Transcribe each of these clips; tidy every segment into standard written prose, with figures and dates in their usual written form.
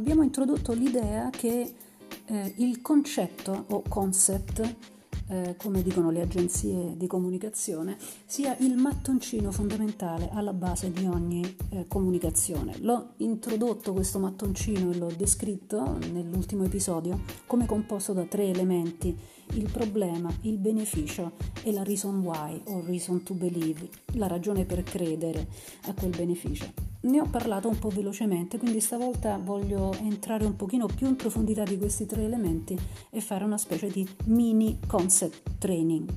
abbiamo introdotto l'idea che il concetto o concept, come dicono le agenzie di comunicazione, sia il mattoncino fondamentale alla base di ogni comunicazione. L'ho introdotto questo mattoncino e l'ho descritto nell'ultimo episodio come composto da 3 elementi: il problema, il beneficio e la reason why o reason to believe, la ragione per credere a quel beneficio. Ne ho parlato un po' velocemente, quindi stavolta voglio entrare un pochino più in profondità di questi 3 elementi e fare una specie di mini concept training.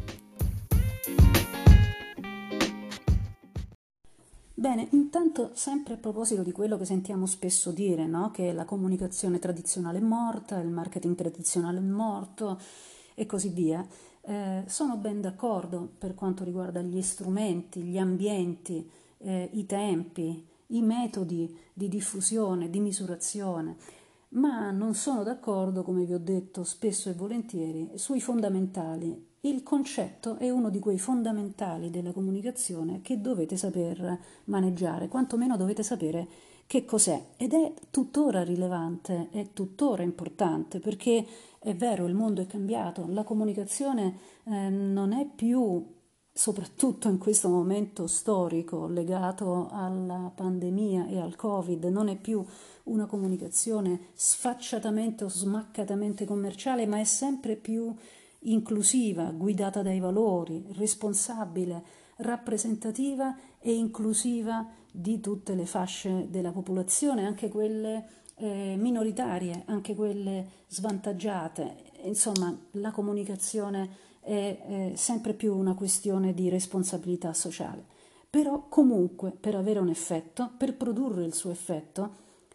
Bene, intanto sempre a proposito di quello che sentiamo spesso dire, no? Che la comunicazione tradizionale è morta, il marketing tradizionale è morto e così via, sono ben d'accordo per quanto riguarda gli strumenti, gli ambienti, i tempi, i metodi di diffusione, di misurazione, ma non sono d'accordo, come vi ho detto spesso e volentieri, sui fondamentali. Il concetto è uno di quei fondamentali della comunicazione che dovete saper maneggiare, quantomeno dovete sapere che cos'è, ed è tuttora rilevante, è tuttora importante, perché è vero, il mondo è cambiato, la comunicazione non è più, soprattutto in questo momento storico legato alla pandemia e al Covid, non è più una comunicazione sfacciatamente o smaccatamente commerciale, ma è sempre più inclusiva, guidata dai valori, responsabile, rappresentativa e inclusiva di tutte le fasce della popolazione, anche quelle minoritarie, anche quelle svantaggiate. Insomma, la comunicazione è sempre più una questione di responsabilità sociale. Però comunque per avere un effetto, per produrre il suo effetto,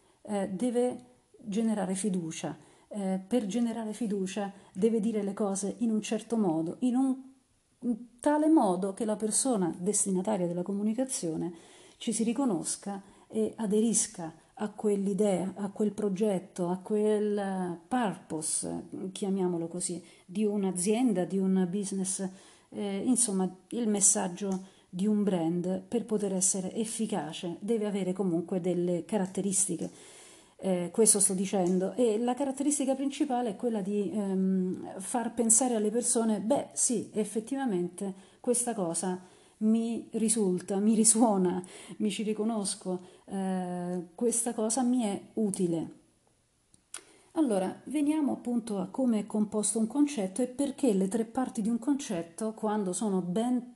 deve generare fiducia. Per generare fiducia deve dire le cose in un certo modo, in tale modo che la persona destinataria della comunicazione ci si riconosca e aderisca a quell'idea, a quel progetto, a quel purpose, chiamiamolo così, di un'azienda, di un business, insomma il messaggio di un brand per poter essere efficace deve avere comunque delle caratteristiche. Questo sto dicendo, e la caratteristica principale è quella di far pensare alle persone: beh sì, effettivamente questa cosa mi risulta, mi risuona, mi ci riconosco, questa cosa mi è utile. Allora, veniamo appunto a come è composto un concetto e perché le 3 parti di un concetto, quando sono ben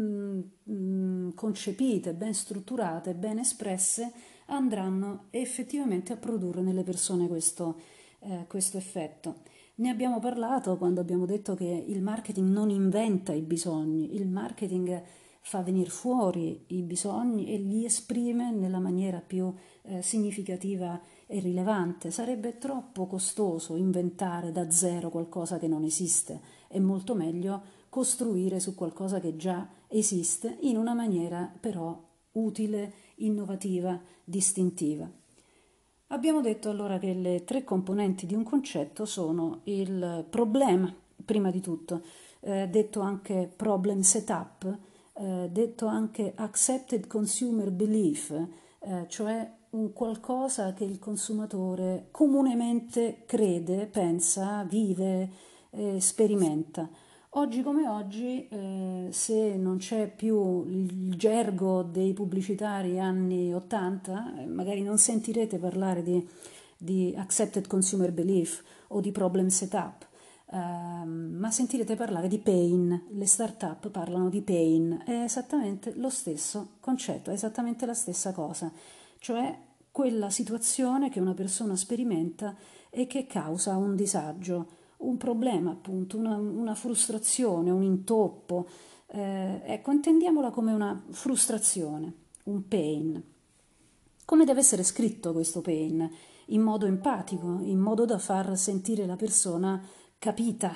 concepite, ben strutturate, ben espresse, andranno effettivamente a produrre nelle persone questo effetto. Ne abbiamo parlato quando abbiamo detto che il marketing non inventa i bisogni, il marketing fa venire fuori i bisogni e li esprime nella maniera più significativa e rilevante. Sarebbe troppo costoso inventare da zero qualcosa che non esiste, è molto meglio costruire su qualcosa che già esiste in una maniera però utile, innovativa, distintiva. Abbiamo detto allora che le 3 componenti di un concetto sono il problema, prima di tutto, detto anche problem setup, detto anche accepted consumer belief, cioè un qualcosa che il consumatore comunemente crede, pensa, vive, sperimenta. Oggi come oggi, se non c'è più il gergo dei pubblicitari anni 80, magari non sentirete parlare di accepted consumer belief o di problem setup, ma sentirete parlare di pain. Le start-up parlano di pain, è esattamente lo stesso concetto, è esattamente la stessa cosa, cioè quella situazione che una persona sperimenta e che causa un disagio, un problema, appunto, una frustrazione, un intoppo. Ecco, intendiamola come una frustrazione, un pain. Come deve essere scritto questo pain? In modo empatico, in modo da far sentire la persona capita,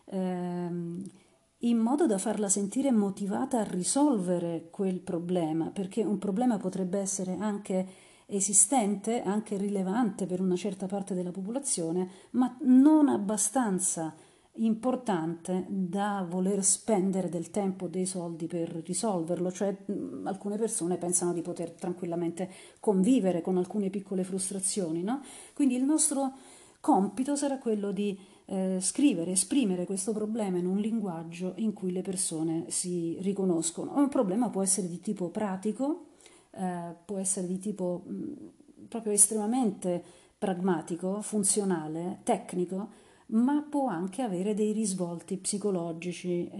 in modo da farla sentire motivata a risolvere quel problema, perché un problema potrebbe essere anche esistente, anche rilevante per una certa parte della popolazione, ma non abbastanza importante da voler spendere del tempo, dei soldi per risolverlo, cioè alcune persone pensano di poter tranquillamente convivere con alcune piccole frustrazioni, no? Quindi il nostro compito sarà quello di scrivere, esprimere questo problema in un linguaggio in cui le persone si riconoscono. Un problema può essere di tipo pratico, può essere di tipo proprio estremamente pragmatico, funzionale, tecnico, ma può anche avere dei risvolti psicologici.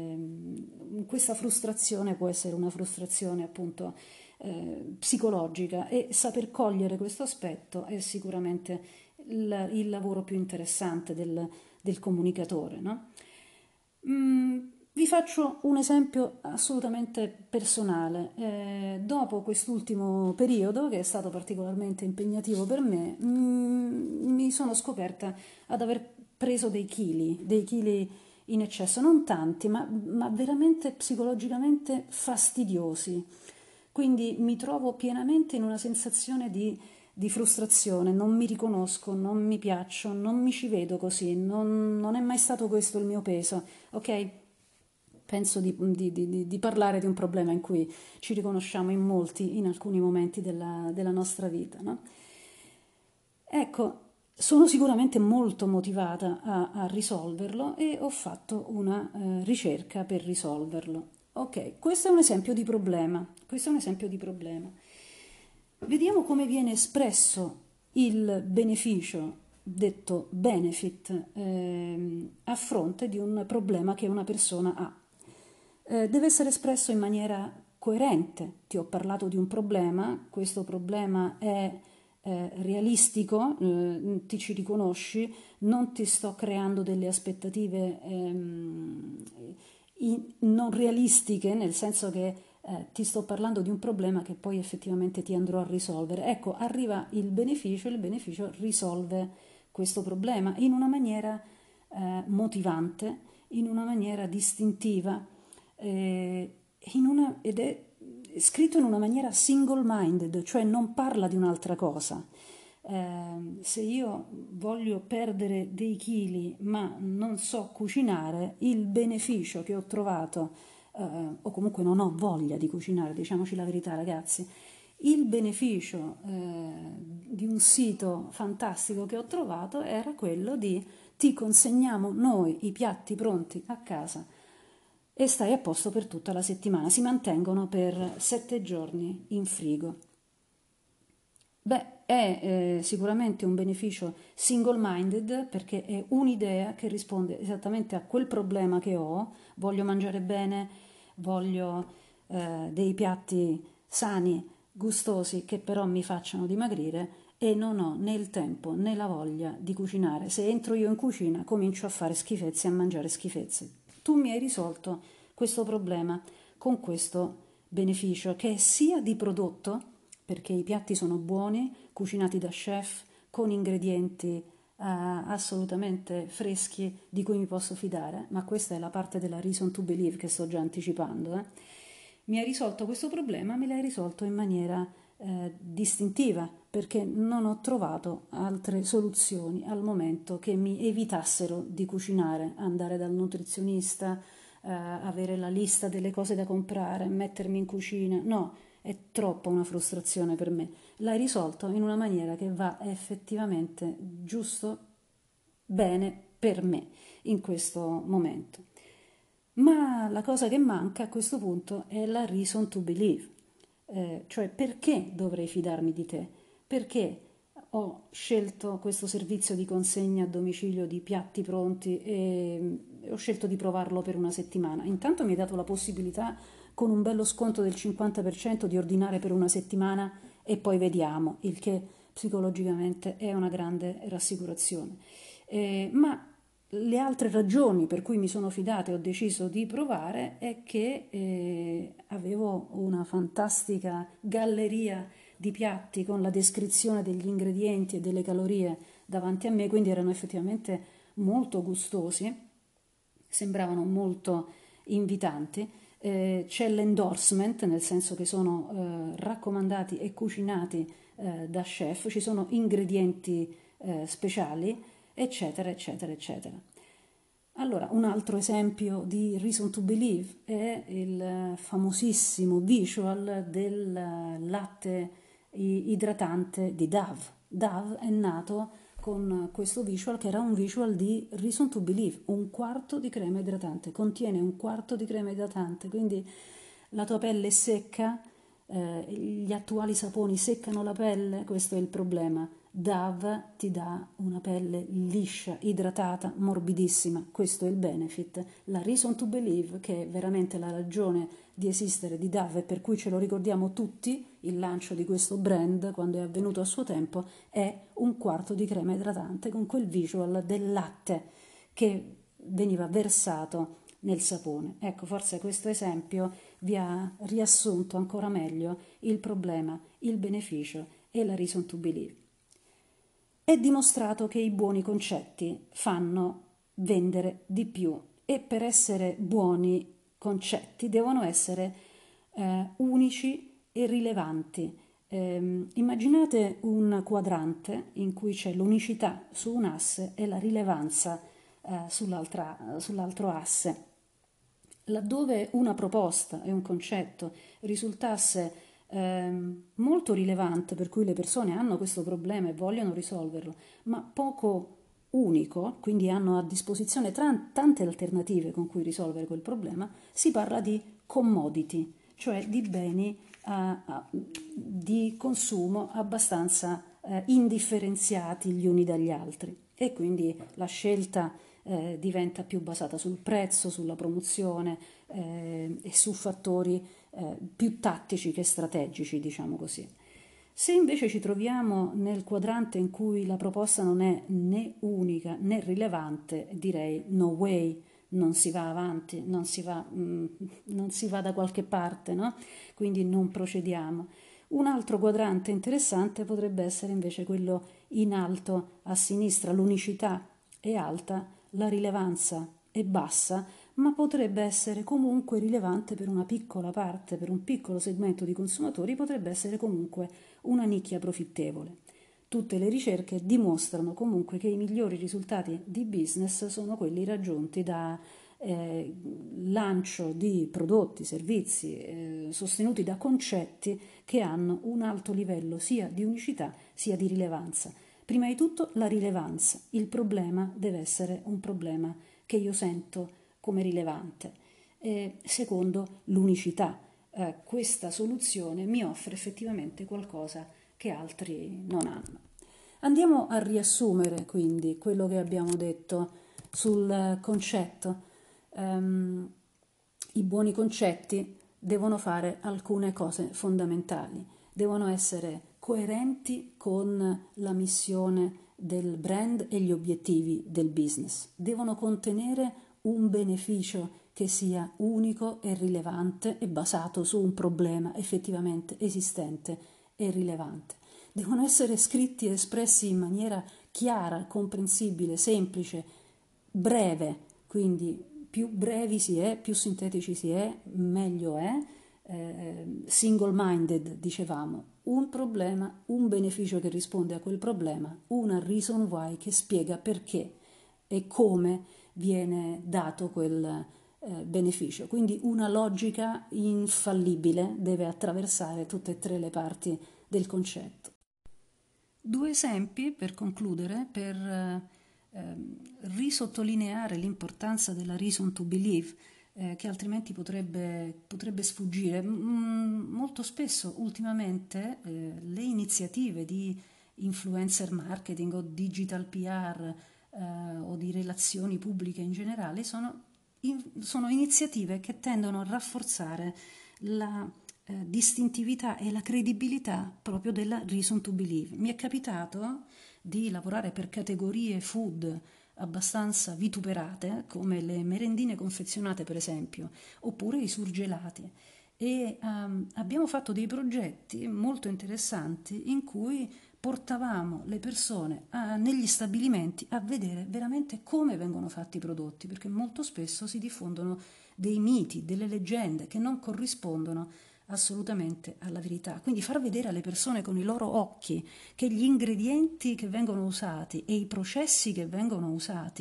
Questa frustrazione può essere una frustrazione appunto psicologica, e saper cogliere questo aspetto è sicuramente il lavoro più interessante del comunicatore, no? Vi faccio un esempio assolutamente personale. Dopo quest'ultimo periodo, che è stato particolarmente impegnativo per me, mi sono scoperta ad aver preso dei chili in eccesso, non tanti, ma veramente psicologicamente fastidiosi. Quindi mi trovo pienamente in una sensazione di frustrazione, non mi riconosco, non mi piaccio, non mi ci vedo così, non è mai stato questo il mio peso, ok? Penso di parlare di un problema in cui ci riconosciamo in molti in alcuni momenti della nostra vita, no? Ecco, sono sicuramente molto motivata a risolverlo e ho fatto una ricerca per risolverlo. Ok, questo è un esempio di problema. Questo è un esempio di problema. Vediamo come viene espresso il beneficio, detto benefit, a fronte di un problema che una persona ha. Deve essere espresso in maniera coerente. Ti ho parlato di un problema, questo problema è realistico, ti ci riconosci, non ti sto creando delle aspettative non realistiche, nel senso che ti sto parlando di un problema che poi effettivamente ti andrò a risolvere. Ecco, arriva il beneficio risolve questo problema in una maniera motivante, in una maniera distintiva, ed è scritto in una maniera single-minded, cioè non parla di un'altra cosa. Se io voglio perdere dei chili ma non so cucinare, il beneficio che ho trovato, o comunque non ho voglia di cucinare, diciamoci la verità ragazzi, il beneficio di un sito fantastico che ho trovato era quello di ti consegniamo noi i piatti pronti a casa e stai a posto per tutta la settimana, si mantengono per 7 giorni in frigo. Beh, è sicuramente un beneficio single-minded perché è un'idea che risponde esattamente a quel problema che ho, voglio mangiare bene, voglio dei piatti sani, gustosi, che però mi facciano dimagrire e non ho né il tempo né la voglia di cucinare. Se entro io in cucina comincio a fare schifezze e a mangiare schifezze. Tu mi hai risolto questo problema con questo beneficio che è sia di prodotto, perché i piatti sono buoni, cucinati da chef, con ingredienti assolutamente freschi di cui mi posso fidare, ma questa è la parte della reason to believe che sto già anticipando. Mi hai risolto questo problema, me l'hai risolto in maniera distintiva, perché non ho trovato altre soluzioni al momento che mi evitassero di cucinare, andare dal nutrizionista, avere la lista delle cose da comprare, mettermi in cucina. No, è troppa una frustrazione per me. L'hai risolto in una maniera che va effettivamente giusto, bene per me in questo momento. Ma la cosa che manca a questo punto è la reason to believe, cioè perché dovrei fidarmi di te? Perché ho scelto questo servizio di consegna a domicilio di piatti pronti e ho scelto di provarlo per una settimana. Intanto mi hai dato la possibilità, con un bello sconto del 50%, di ordinare per una settimana e poi vediamo, il che psicologicamente è una grande rassicurazione. Ma le altre ragioni per cui mi sono fidata e ho deciso di provare è che avevo una fantastica galleria di piatti con la descrizione degli ingredienti e delle calorie davanti a me, quindi erano effettivamente molto gustosi, sembravano molto invitanti. C'è l'endorsement, nel senso che sono raccomandati e cucinati da chef, ci sono ingredienti speciali, eccetera, eccetera, eccetera. Allora, un altro esempio di reason to believe è il famosissimo visual del latte idratante di Dove. Dove è nato con questo visual che era un visual di reason to believe, un quarto di crema idratante, contiene un quarto di crema idratante, quindi la tua pelle è secca, gli attuali saponi seccano la pelle, questo è il problema. Dove ti dà una pelle liscia, idratata, morbidissima, questo è il benefit. La reason to believe, che è veramente la ragione di esistere di Dove e per cui ce lo ricordiamo tutti, il lancio di questo brand quando è avvenuto a suo tempo, è un quarto di crema idratante con quel visual del latte che veniva versato nel sapone. Ecco, forse questo esempio vi ha riassunto ancora meglio il problema, il beneficio e la reason to believe. È dimostrato che i buoni concetti fanno vendere di più e per essere buoni concetti devono essere unici e rilevanti. Immaginate un quadrante in cui c'è l'unicità su un asse e la rilevanza sull'altro asse. Laddove una proposta e un concetto risultasse molto rilevante, per cui le persone hanno questo problema e vogliono risolverlo, ma poco unico, quindi hanno a disposizione tante alternative con cui risolvere quel problema, si parla di commodity, cioè di beni di consumo abbastanza indifferenziati gli uni dagli altri e quindi la scelta diventa più basata sul prezzo, sulla promozione e su fattori più tattici che strategici, diciamo così. Se invece ci troviamo nel quadrante in cui la proposta non è né unica né rilevante, direi no way, non si va avanti, non si va da qualche parte, no? Quindi non procediamo. Un altro quadrante interessante potrebbe essere invece quello in alto a sinistra, l'unicità è alta, la rilevanza è bassa, ma potrebbe essere comunque rilevante per una piccola parte, per un piccolo segmento di consumatori, potrebbe essere comunque una nicchia profittevole. Tutte le ricerche dimostrano comunque che i migliori risultati di business sono quelli raggiunti da lancio di prodotti, servizi sostenuti da concetti che hanno un alto livello sia di unicità sia di rilevanza. Prima di tutto la rilevanza, il problema deve essere un problema che io sento come rilevante. Secondo, l'unicità, questa soluzione mi offre effettivamente qualcosa che altri non hanno. Andiamo a riassumere quindi quello che abbiamo detto sul concetto. I buoni concetti devono fare alcune cose fondamentali, devono essere coerenti con la missione del brand e gli obiettivi del business, devono contenere un beneficio che sia unico e rilevante e basato su un problema effettivamente esistente e rilevante. Devono essere scritti e espressi in maniera chiara, comprensibile, semplice, breve, quindi più brevi si è, più sintetici si è, meglio è. Single-minded, dicevamo, un problema, un beneficio che risponde a quel problema, una reason why che spiega perché e come viene dato quel beneficio. Quindi una logica infallibile deve attraversare tutte e tre le parti del concetto. Due esempi per concludere, per risottolineare l'importanza della reason to believe, che altrimenti potrebbe sfuggire. Molto spesso, ultimamente, le iniziative di influencer marketing o digital PR o di relazioni pubbliche in generale sono iniziative che tendono a rafforzare la distintività e la credibilità proprio della reason to believe. Mi è capitato di lavorare per categorie food abbastanza vituperate, come le merendine confezionate per esempio, oppure i surgelati. E abbiamo fatto dei progetti molto interessanti in cui portavamo le persone negli stabilimenti a vedere veramente come vengono fatti i prodotti, perché molto spesso si diffondono dei miti, delle leggende che non corrispondono assolutamente alla verità. Quindi far vedere alle persone con i loro occhi che gli ingredienti che vengono usati e i processi che vengono usati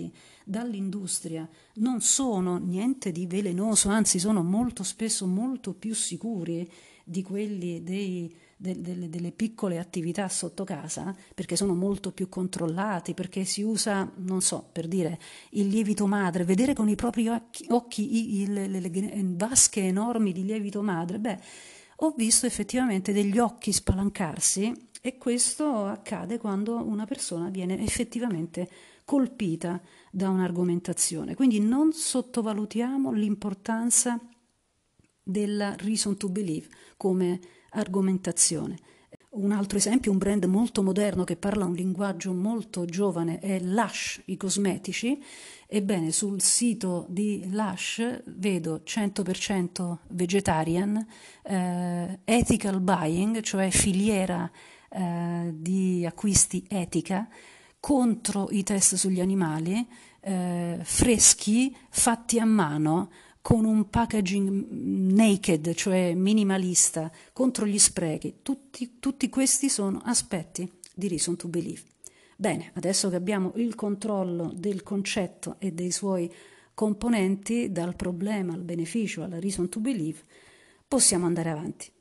dall'industria non sono niente di velenoso, anzi sono molto spesso molto più sicuri di quelli delle piccole attività sotto casa, perché sono molto più controllati, perché si usa, non so, per dire, il lievito madre, vedere con i propri occhi le vasche enormi di lievito madre, beh, ho visto effettivamente degli occhi spalancarsi e questo accade quando una persona viene effettivamente colpita da un'argomentazione. Quindi non sottovalutiamo l'importanza della reason to believe come argomentazione. Un altro esempio, un brand molto moderno che parla un linguaggio molto giovane è Lush, i cosmetici. Ebbene, sul sito di Lush vedo 100% vegetarian, ethical buying, cioè filiera di acquisti etica, contro i test sugli animali, freschi, fatti a mano, con un packaging naked, cioè minimalista, contro gli sprechi. Tutti questi sono aspetti di reason to believe. Bene, adesso che abbiamo il controllo del concetto e dei suoi componenti, dal problema al beneficio alla reason to believe, possiamo andare avanti.